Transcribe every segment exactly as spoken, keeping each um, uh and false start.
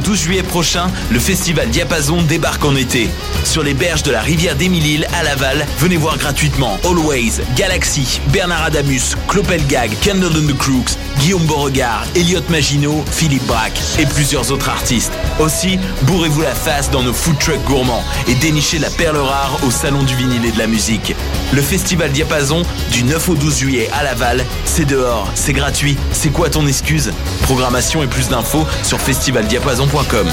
douze juillet prochain, le festival Diapason débarque en été. Sur les berges de la rivière d'Émile-Île à Laval, venez voir gratuitement Always, Galaxy, Bernard Adamus, Clopelgag, Candle and the Crooks, Guillaume Beauregard, Elliot Maginot, Philippe Braque et plusieurs autres artistes. Aussi, bourrez-vous la face dans nos food trucks gourmands et dénichez la perle rare au Salon du vinyle et de la musique. Le festival Diapason, du neuf au douze juillet à Laval, c'est dehors, c'est gratuit, c'est quoi ton excuse? Programmation et plus d'infos sur festival diapason point com.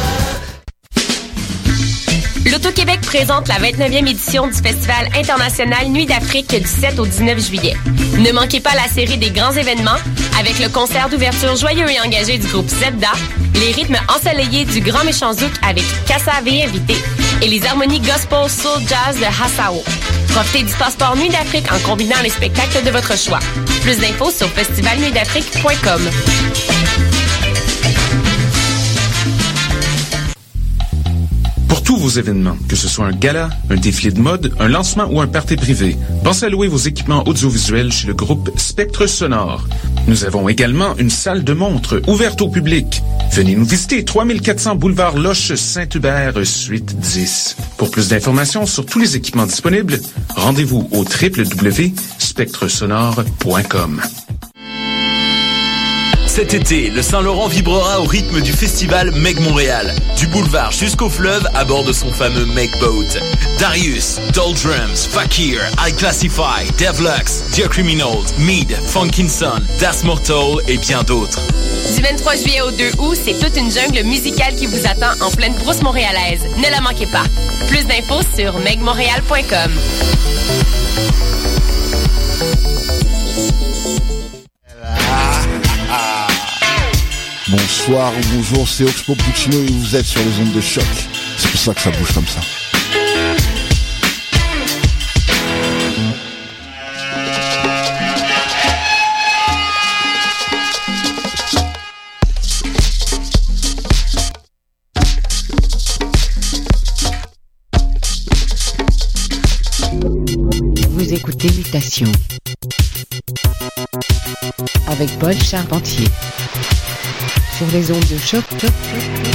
L'Auto-Québec présente la vingt-neuvième édition du Festival international Nuit d'Afrique du sept au dix-neuf juillet. Ne manquez pas la série des grands événements avec le concert d'ouverture joyeux et engagé du groupe Zebda, les rythmes ensoleillés du Grand Méchant Zouk avec Kassav et invité et les harmonies gospel soul jazz de Hassao. Profitez du passeport Nuit d'Afrique en combinant les spectacles de votre choix. Plus d'infos sur festival nuit d'afrique point com. Pour tous vos événements, que ce soit un gala, un défilé de mode, un lancement ou un party privé, pensez à louer vos équipements audiovisuels chez le groupe Spectre Sonore. Nous avons également une salle de montre ouverte au public. Venez nous visiter, trois mille quatre cents boulevard Loche Saint-Hubert, suite dix. Pour plus d'informations sur tous les équipements disponibles, rendez-vous au w w w point spectre sonore point com. Cet été, le Saint-Laurent vibrera au rythme du festival Meg Montréal. Du boulevard jusqu'au fleuve à bord de son fameux Meg Boat. Darius, Doldrums, Fakir, I Classify, Devlux, Dear Criminals, Mead, Funkinson, Das Mortal et bien d'autres. Du vingt-trois juillet au deux août, c'est toute une jungle musicale qui vous attend en pleine brousse montréalaise. Ne la manquez pas. Plus d'infos sur meg montréal point com. Bonsoir ou bonjour, c'est Oxpo Puccino et vous êtes sur les ondes de choc. C'est pour ça que ça bouge comme ça. Vous écoutez Mutation avec Paul Charpentier. Sur les ondes de choc, choc, choc, choc.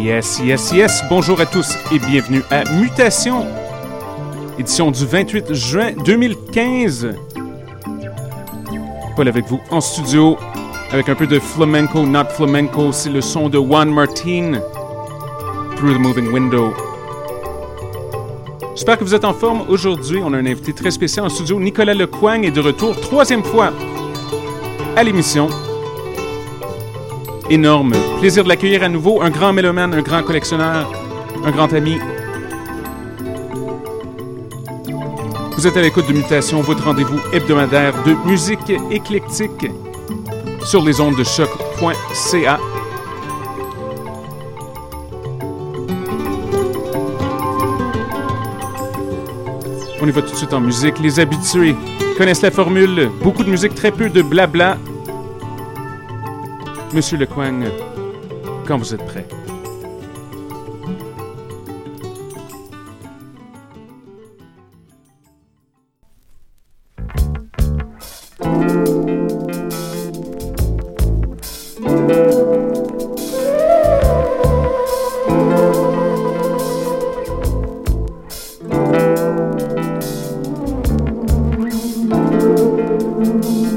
Yes, yes, yes. Bonjour à tous et bienvenue à Mutation, édition du vingt-huit juin deux mille quinze. Paul avec vous en studio, avec un peu de flamenco, not flamenco. C'est le son de Juan Martin, Through the Moving Window. J'espère que vous êtes en forme. Aujourd'hui, on a un invité très spécial en studio. Nicolas Lecoigne est de retour, troisième fois à l'émission. Énorme plaisir de l'accueillir à nouveau. Un grand mélomane, un grand collectionneur, un grand ami. Vous êtes à l'écoute de Mutation, votre rendez-vous hebdomadaire de musique éclectique sur les ondes de choc point c a. On y va tout de suite en musique. Les habitués connaissent la formule. Beaucoup de musique, très peu de blabla. Monsieur Lecoigne, quand vous êtes prêt.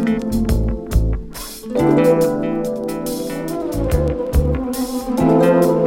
Thank you.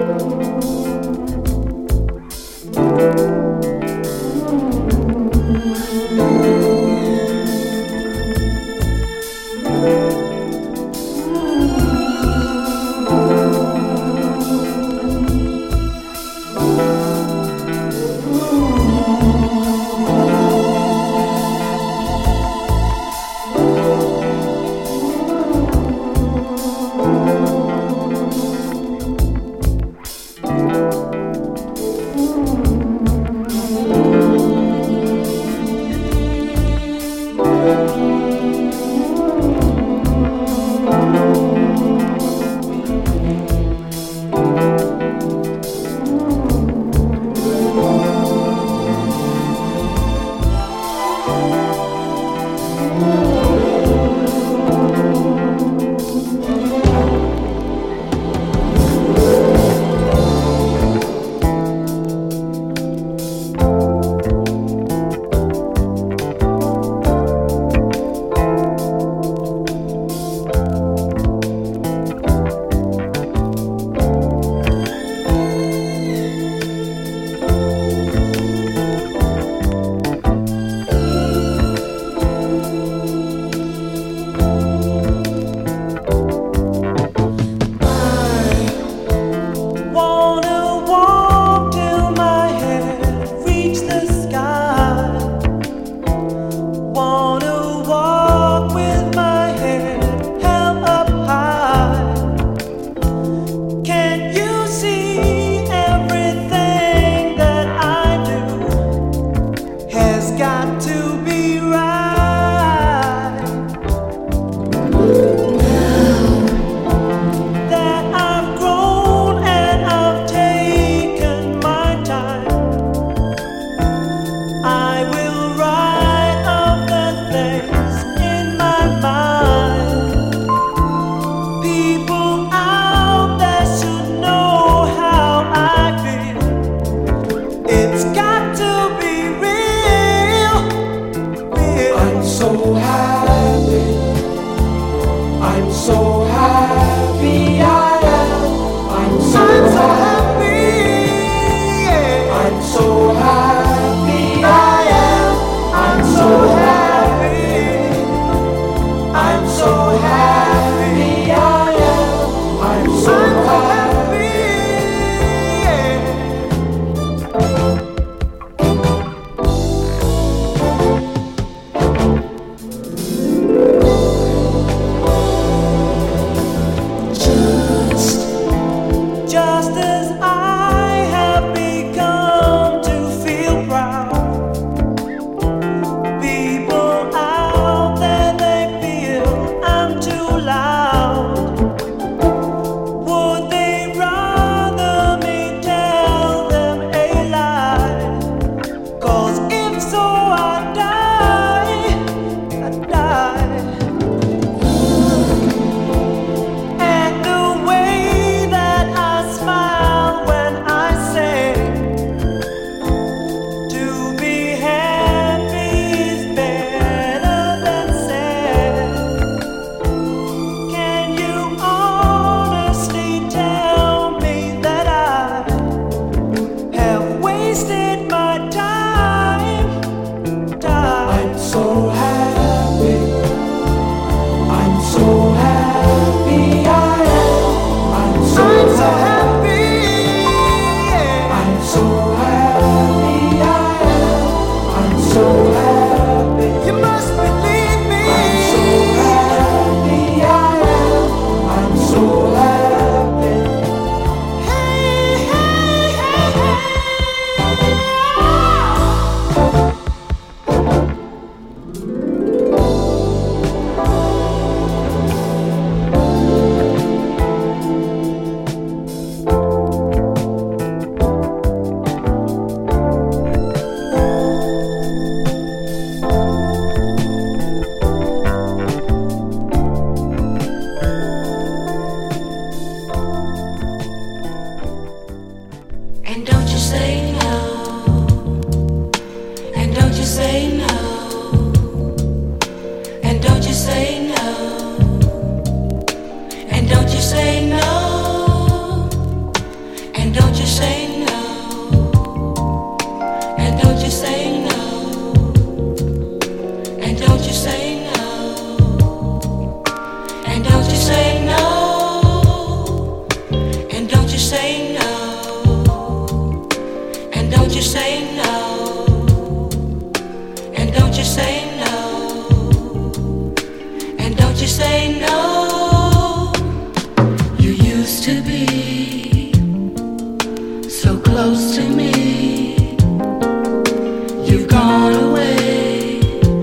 used to be so close to me. You've gone away.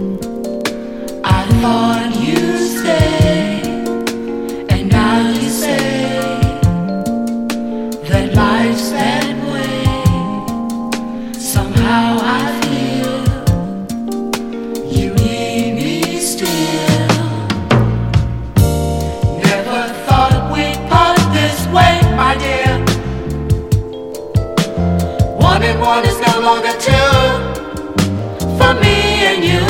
I thought you'd stay, and now you say that life's that way. Somehow I feel you need me still. Never thought we'd part this way, my dear. One and one is no longer two for me and you.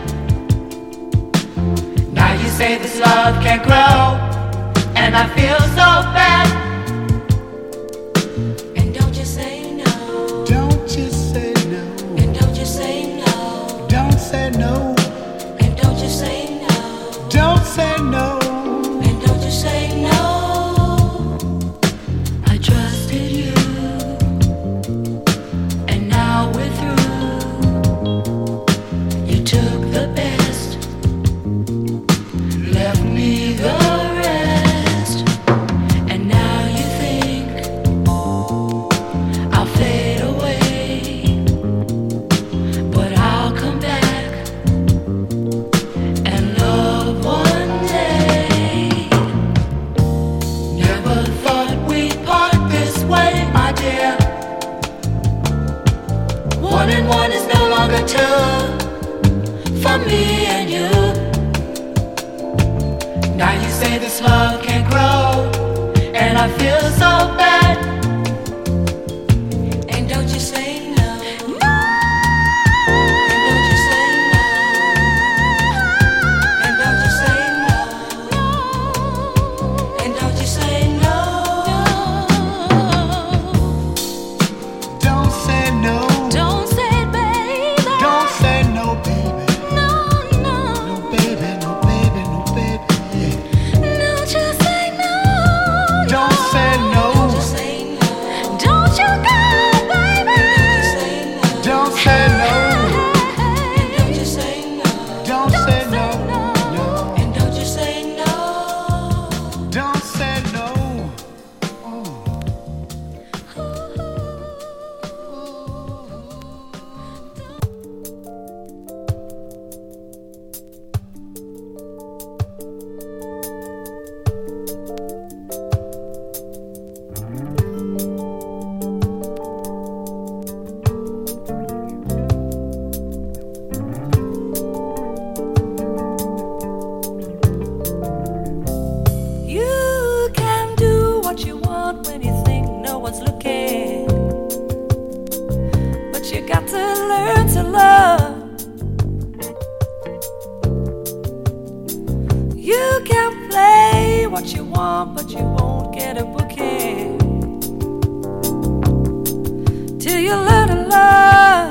Now you say this love can't grow, and I feel so bad. And don't you say no. Don't you say no. And don't you say no. Don't say no. And don't you say no. Don't say no. And don't you say no. I trusted you, and now we're through. You took the best, left me the rest. And now you think I'll fade away, but I'll come back and love one day. Never thought we'd part this way, my dear. One and one is no longer two for me and you. Now you say this love can't grow, and I feel so bad. And don't you say no. No. And don't you say no. And don't you say no. No. And don't you say no. Don't say no. Don't say it, baby. Don't say no, baby. No, no. No, baby, no, baby, no, baby. Don't you say no. Don't say no. Don't you say no. Don't you go, baby. Don't you say no. Don't say no. And don't you say no. Don't say no. No. And don't you say no. Don't say no. You can do what you want when you think no one's looking, but you got to learn to love. You can play what you want, but you won't get a booking till you learn to love.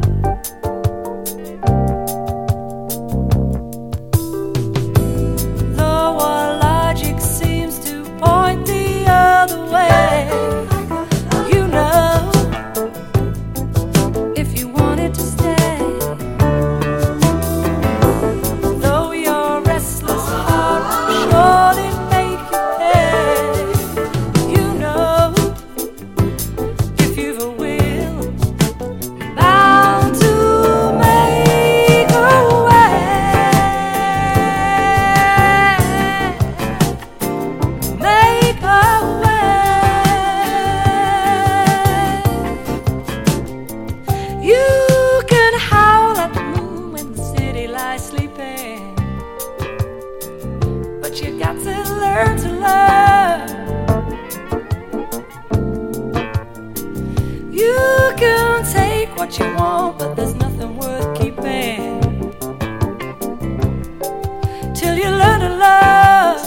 Though our logic seems to point the other way, you know, if you wanted to stay, though your restless heart will surely make you pay, you know, if you've a will, bound to make a way. Make a way. You can howl at the moon when the city lies sleeping, but you got to learn to love. You can take what you want, but there's nothing worth keeping till you learn to love.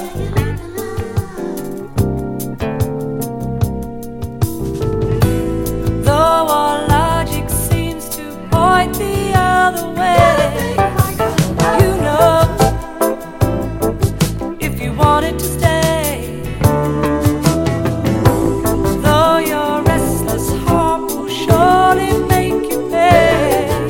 Though our logic seems to point the other way, you know, if you wanted to stay, though your restless heart will surely make you pay,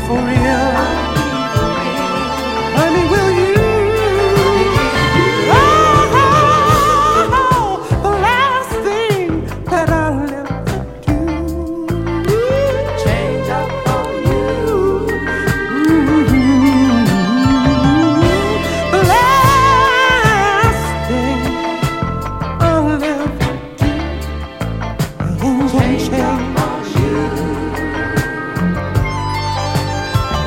for real? Honey, will you? Oh, the last thing that I'll ever do, change up on you. Mm-hmm. The last thing I'll ever do, change up on you.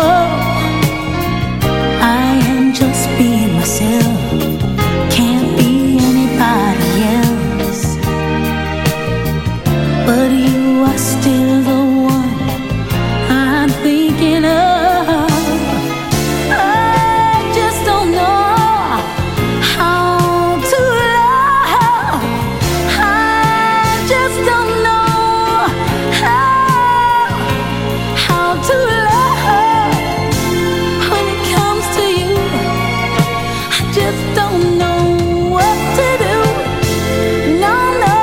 I am just being myself. Can't be anybody else. But you are still the one I'm thinking of. I just don't know how to love. I just don't know how, how to love. When it comes to you, I just don't know what to do. No, no,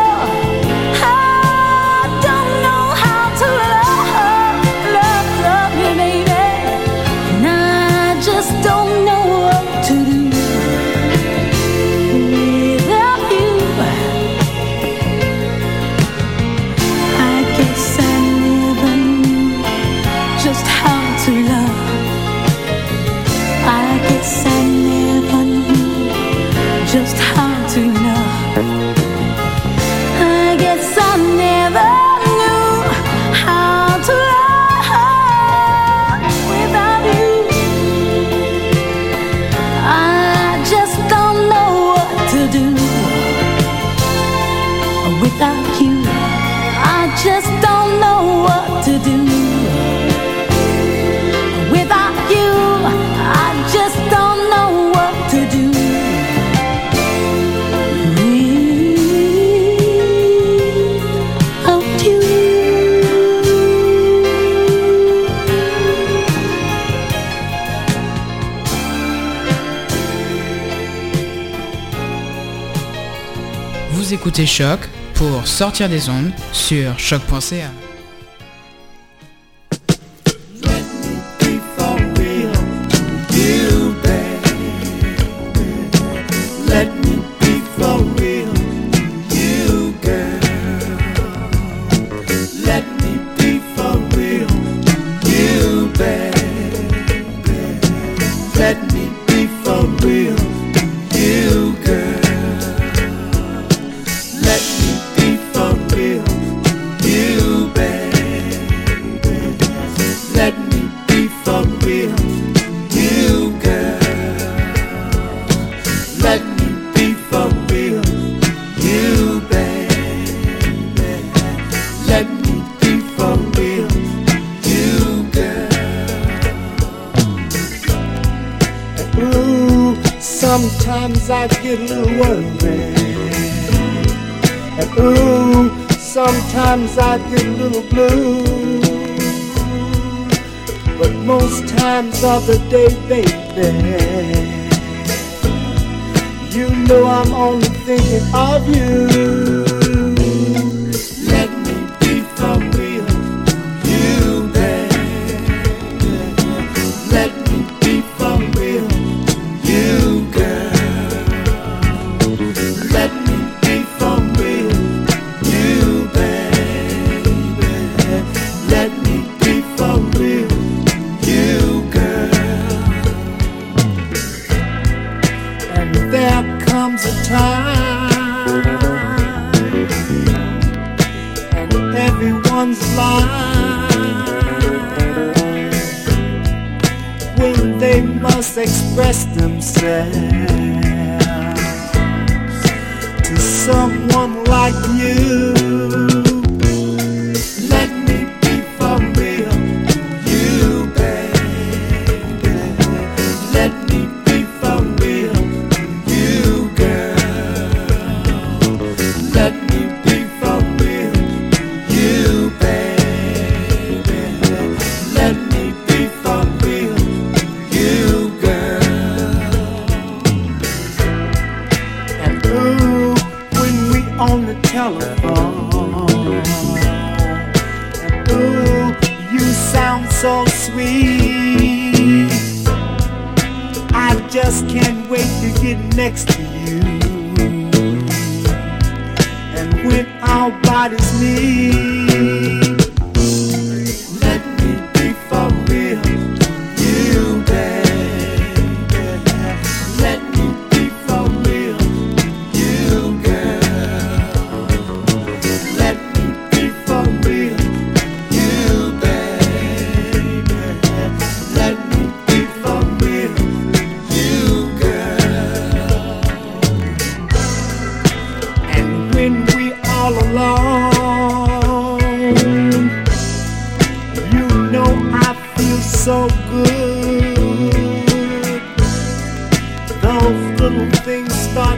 I don't know how to love, love, love you, baby. And I just don't know what to do without you. I guess I never knew just how to love. I guess I never knew just how to love. I guess I never knew how to love without you. I just don't know what to do without you. I just don't know what to do without you. I just don't know what to do without you. Vous écoutez Choc pour sortir des ondes sur choc point c a. Sometimes I get a little worried, and ooh, sometimes I get a little blue. But most times of the day, baby, you know I'm only thinking of you. Let me be for real, you, baby. Let me be for real, you, girl. Let me be for real, you, baby. Let me be for real, you, girl. And there comes a time, and everyone's life, when they must express themselves to someone like you. Let me be for real, you, baby. Let me be for real, you, girl. Let me be for real, you, baby. Let me be for real, you, girl. And ooh, when we on the telephone, and ooh, you sound so sweet. I just can't wait to get next to you. And when our bodies meet, let me be for real, you, baby. Let me be for real, you, girl. Let me be for real, you, baby. Let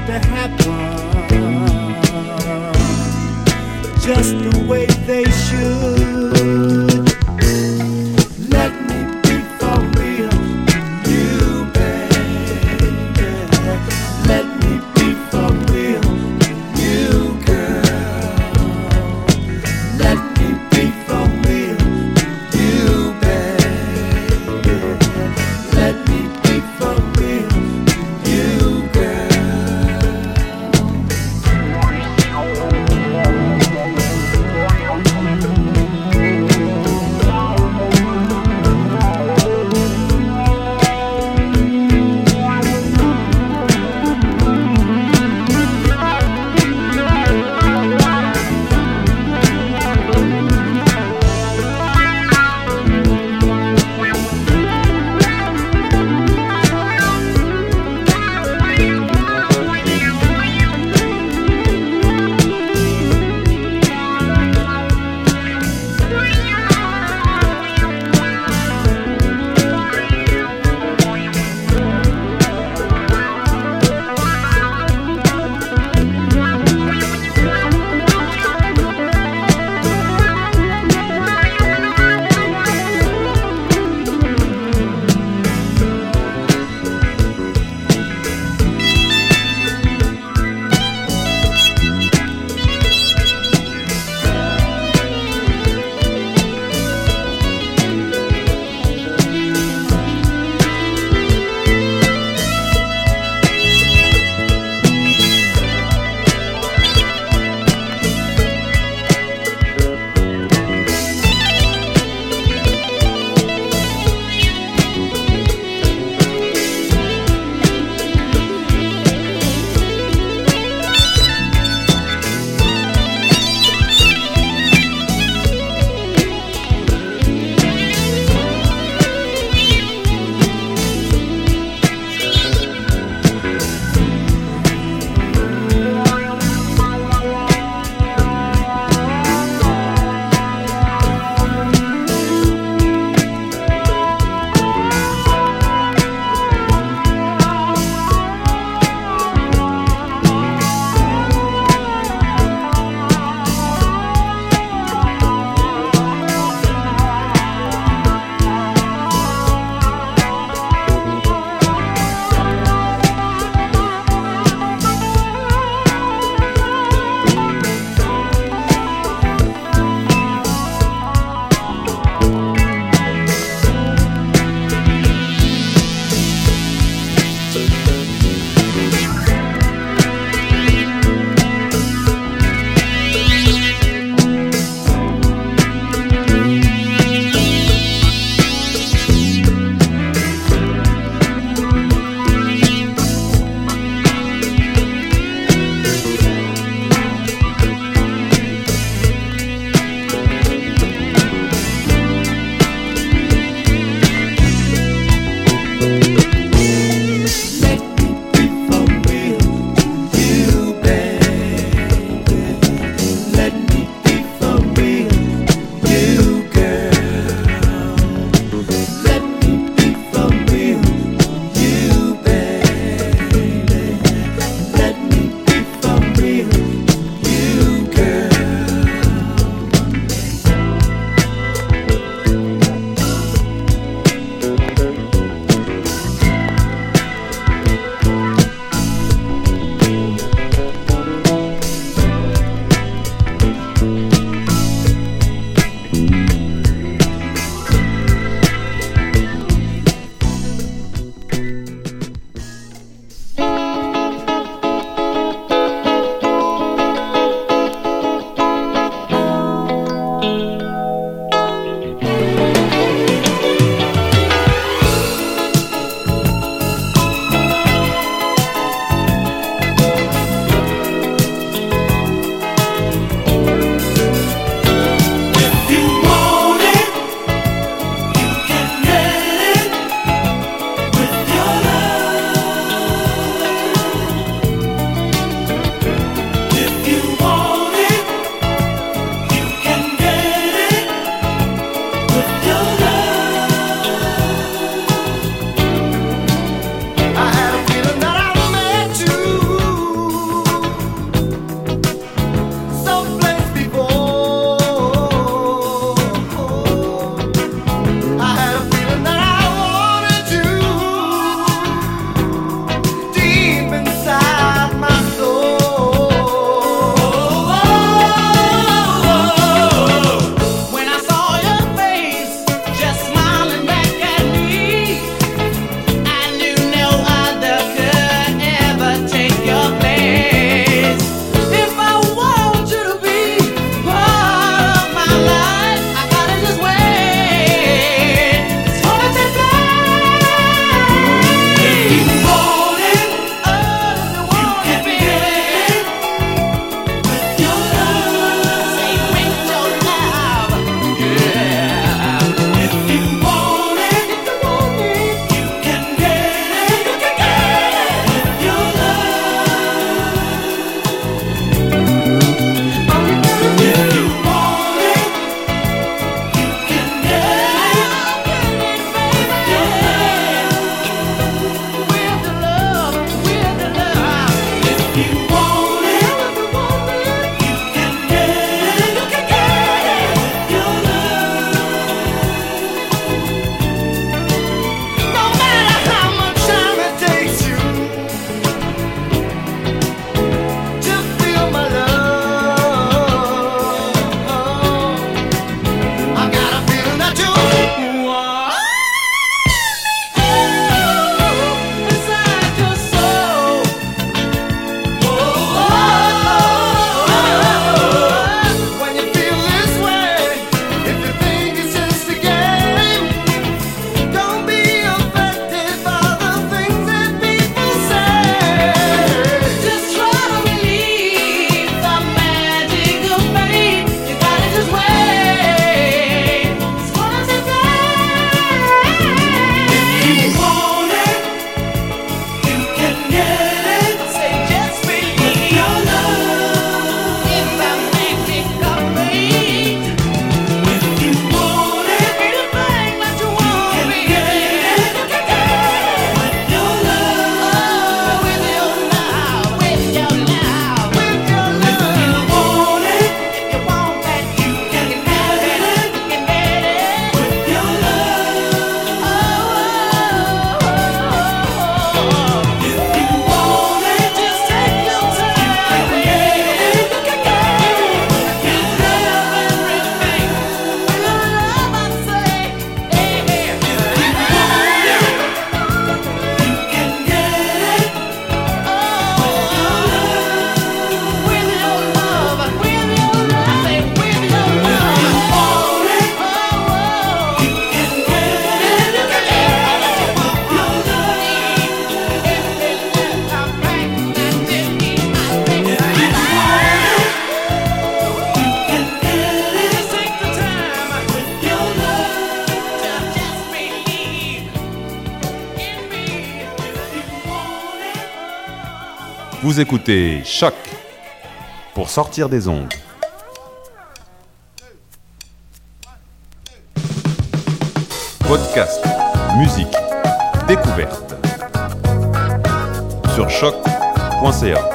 to happen just the way they should. Let me be for real, you baby. Let me be for real, you girl. Let me be for real, you baby. Let me be for real, you girl. Vous écoutez Choc pour sortir des ondes. Podcast, musique, découverte sur choc point c a.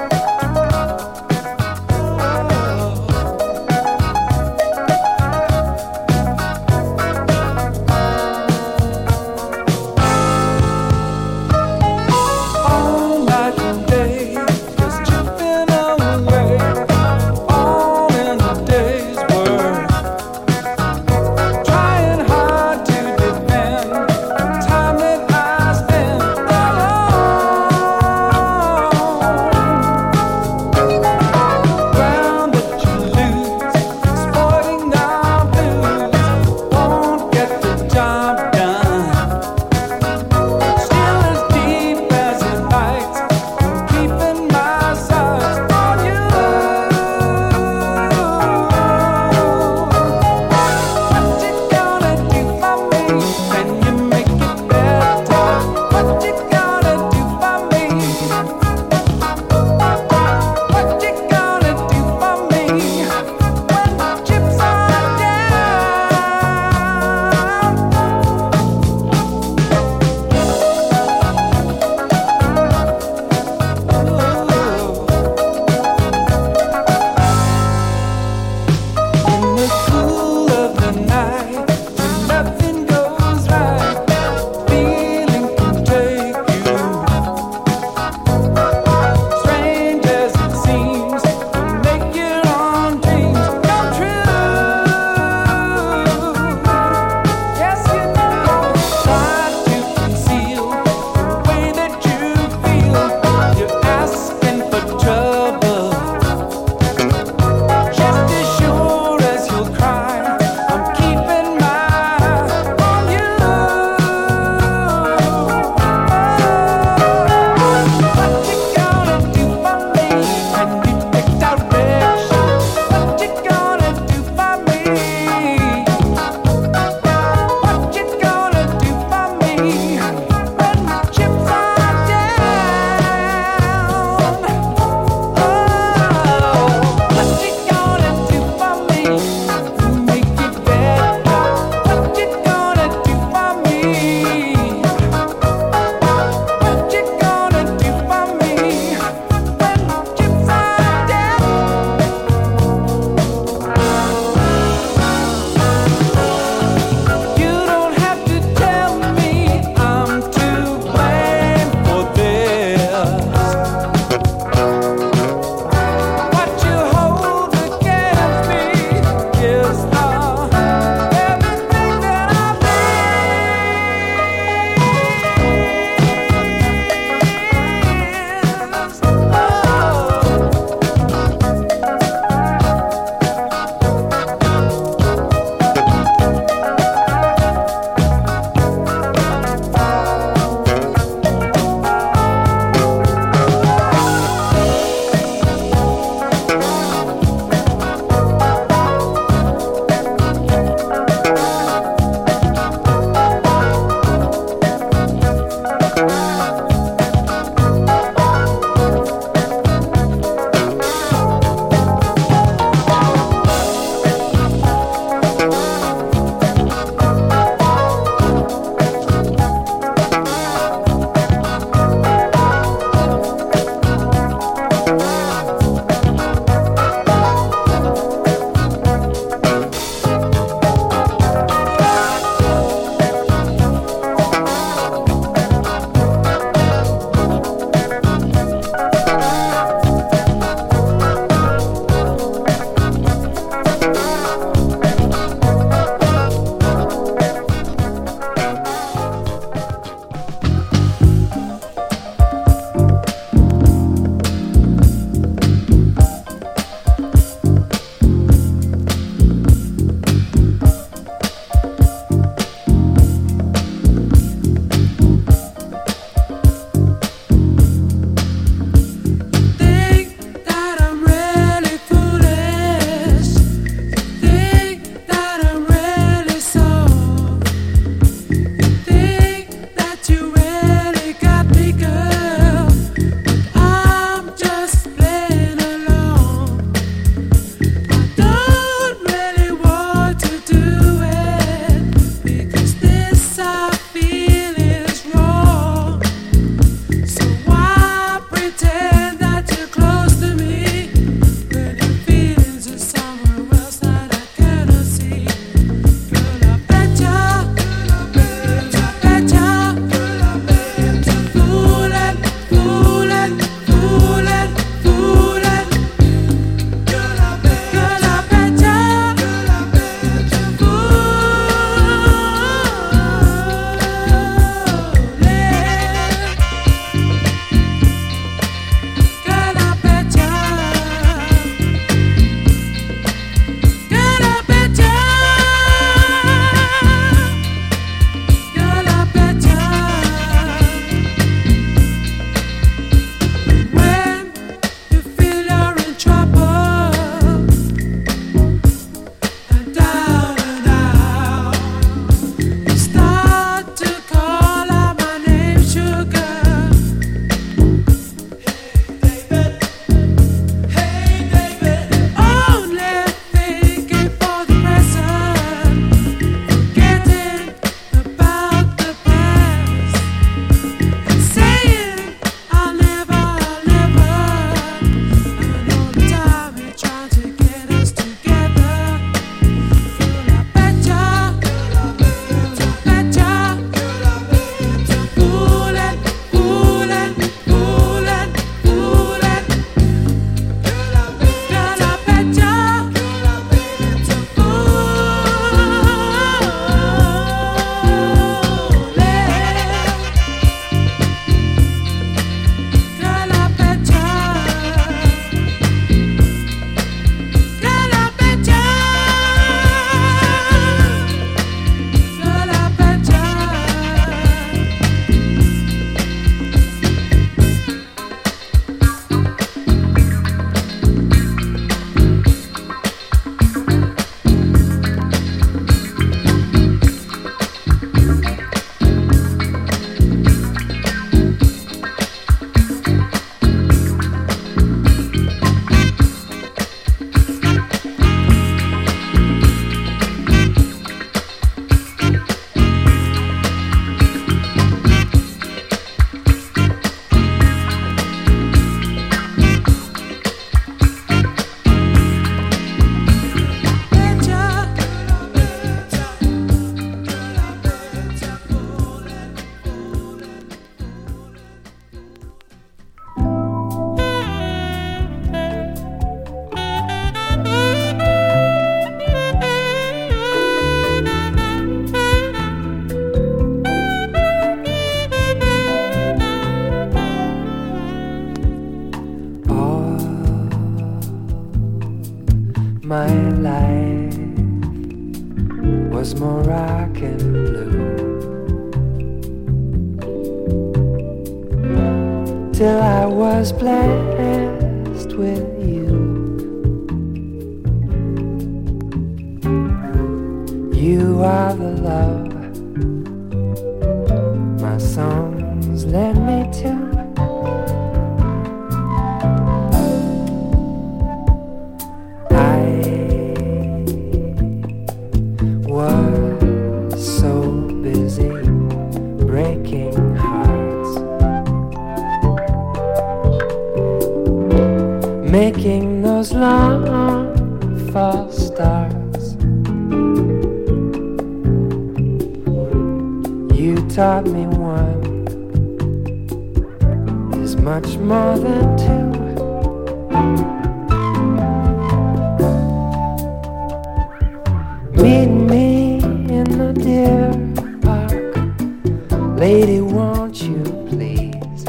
Time that I spent alone. till I was blessed with you. You are the love my songs led me to. I was so busy breaking hearts, making those long false starts. You taught me one is much more than two. Meet me in the deer park, lady, won't you please?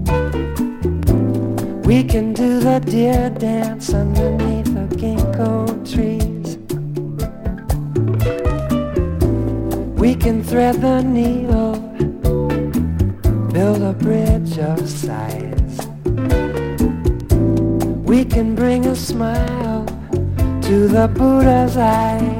We can do the deer dance underneath the ginkgo trees. We can thread the needle, build a bridge of sighs. We can bring a smile to the Buddha's eyes.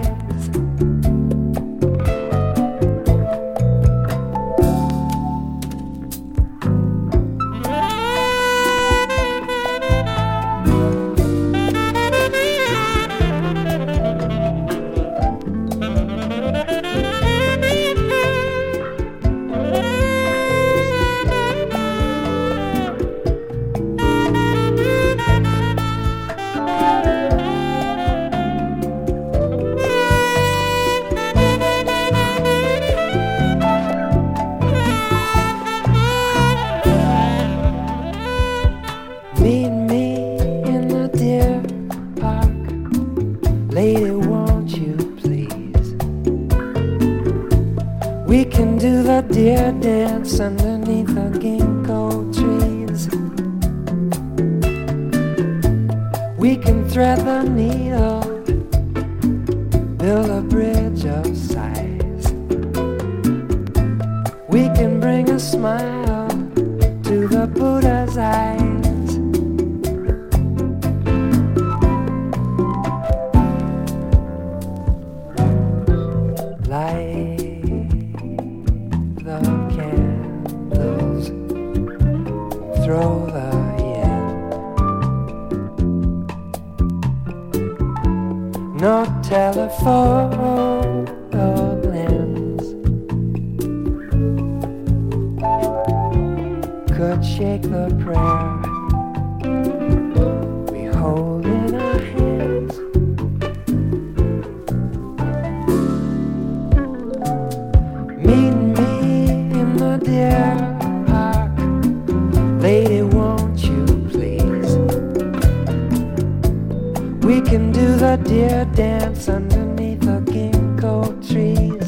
Meet me in the deer park, lady, won't you please? We can do the deer dance underneath the ginkgo trees. We can thread the needle, build a bridge of sighs. We can bring a smile to the Buddha's eyes. Light the candles, throw the yen. No telephoto lens could shake the prayer we hold in our hands. Meet me in the deer park, lady, won't you please? We can do the deer dance underneath the ginkgo trees.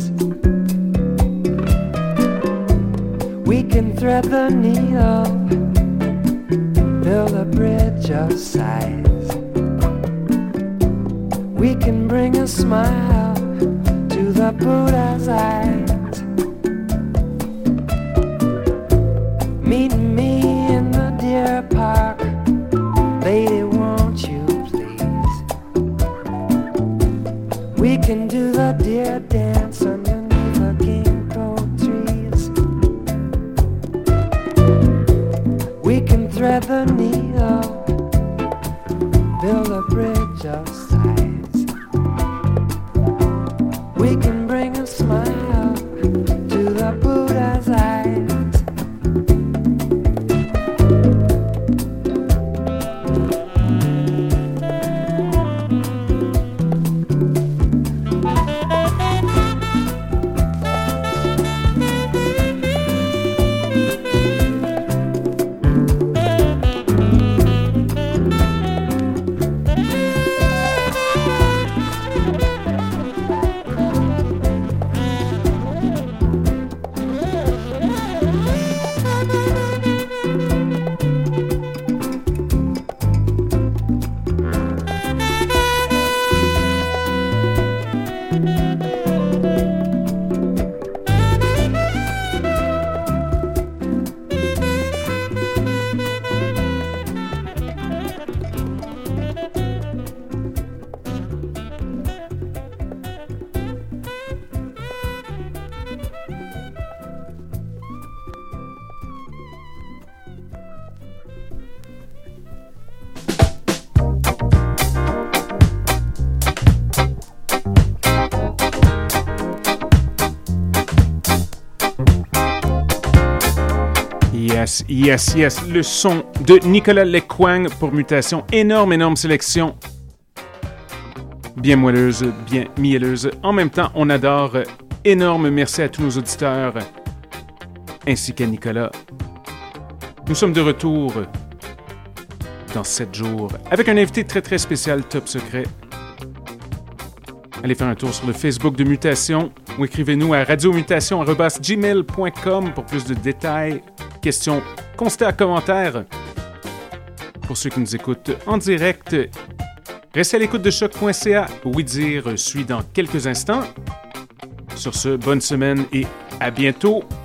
We can thread the needle, build a bridge of sighs. We can bring a smile to the Buddha's eyes. Meet me in the deer park, lady, won't you please? We can do the deer dance underneath the ginkgo trees. We can thread the needle, build a bridge of sighs. We can bring a smile to the Buddha's eyes. Yes, yes, yes. Le son de Nicolas Lequang pour Mutation. Énorme, énorme sélection. Bien moelleuse, bien mielleuse. En même temps, on adore. Énorme merci à tous nos auditeurs, ainsi qu'à Nicolas. Nous sommes de retour dans sept jours avec un invité très très spécial, top secret. Allez faire un tour sur le Facebook de Mutation ou écrivez-nous à radiomutation arobase gmail point com pour plus de détails, questions, constats, commentaires. Pour ceux qui nous écoutent en direct, restez à l'écoute de choc point c a. Oui dire suit dans quelques instants. Sur ce, bonne semaine et à bientôt.